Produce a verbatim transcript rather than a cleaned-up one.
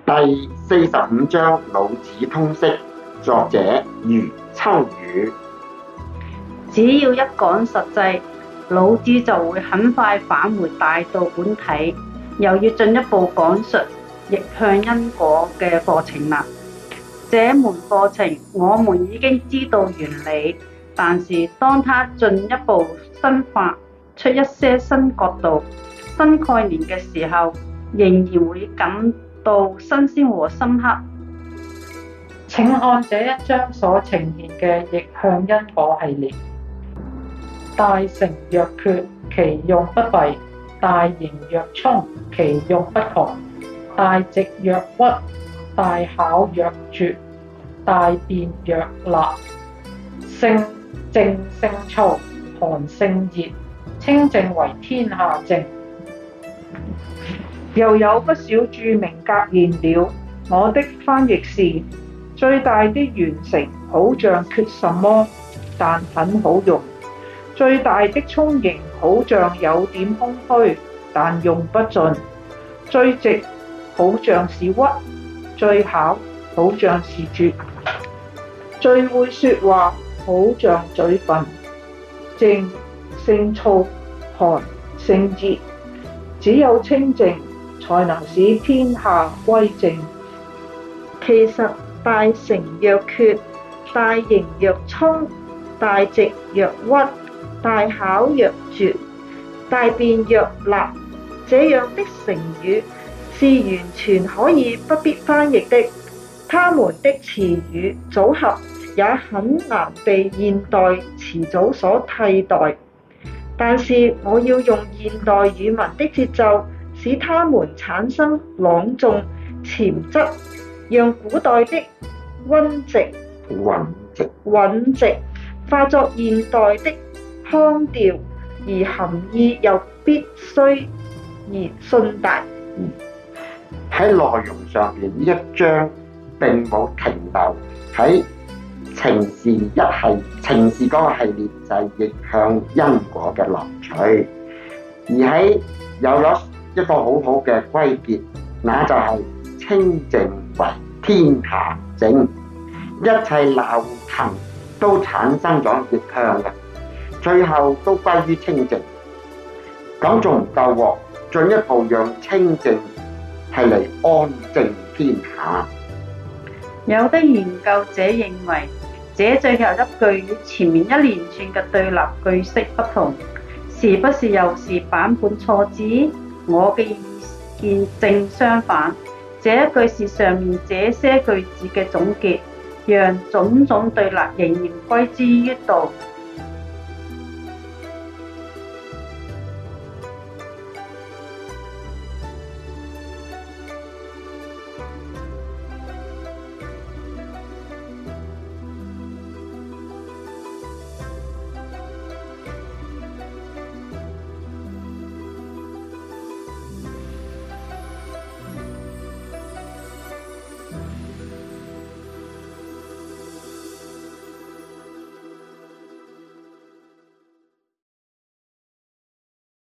第四十五章老子通釋，作者余秋雨。 只要一講實際，老子就會很快返回大道本體，又要進一步講述逆向因果嘅課程啦。這門課程我們已經知道原理，但是當他進一步深化出一些新角度、新概念嘅時候，仍然會感到新鮮和深刻。 請看這一章所呈現嘅逆向因果系列。大成若缺，其用不弊；大盈若沖，其用不窮；大直若屈，大巧若拙；大辯若立。性靜勝燥，寒勝熱，清靜為天下正。 又有不少著名格言了。我的翻譯是：最大的完成好像缺什麼，但很好用；最大的充盈好像有點空虛，但用不盡；最直好像是屈，最巧好像是拙；最會說話好像嘴笨。靜勝燥，寒勝熱，只有清靜才能使天下歸正。 其實大成若缺，大盈若沖，大直若屈，大巧若拙，大辯若立，這樣的成語是完全可以不必翻譯的。它們的詞語組合也很難被現代詞組所替代，但是我要用現代語文的節奏，使它們產生朗誦潛質，讓古代的溫直穩直穩直化作現代的腔調，而含義又必須而順達。 喺內容上邊，呢一章並冇停留喺情事一系情事嗰個系列，就係逆向因果嘅樂趣，而喺有咗一個好好嘅歸結，那就係清靜為天下正。一切鬧騰都產生咗逆向嘅，最後都歸於清靜。咁仲唔夠喎？進一步讓清靜係嚟安正天下。 有的研究者認為，這最後一句與前面一連串嘅對立句式不同，是不是又是版本錯字？我嘅意見正相反，這一句是上面這些句子嘅總結，讓種種對立仍然歸之於道。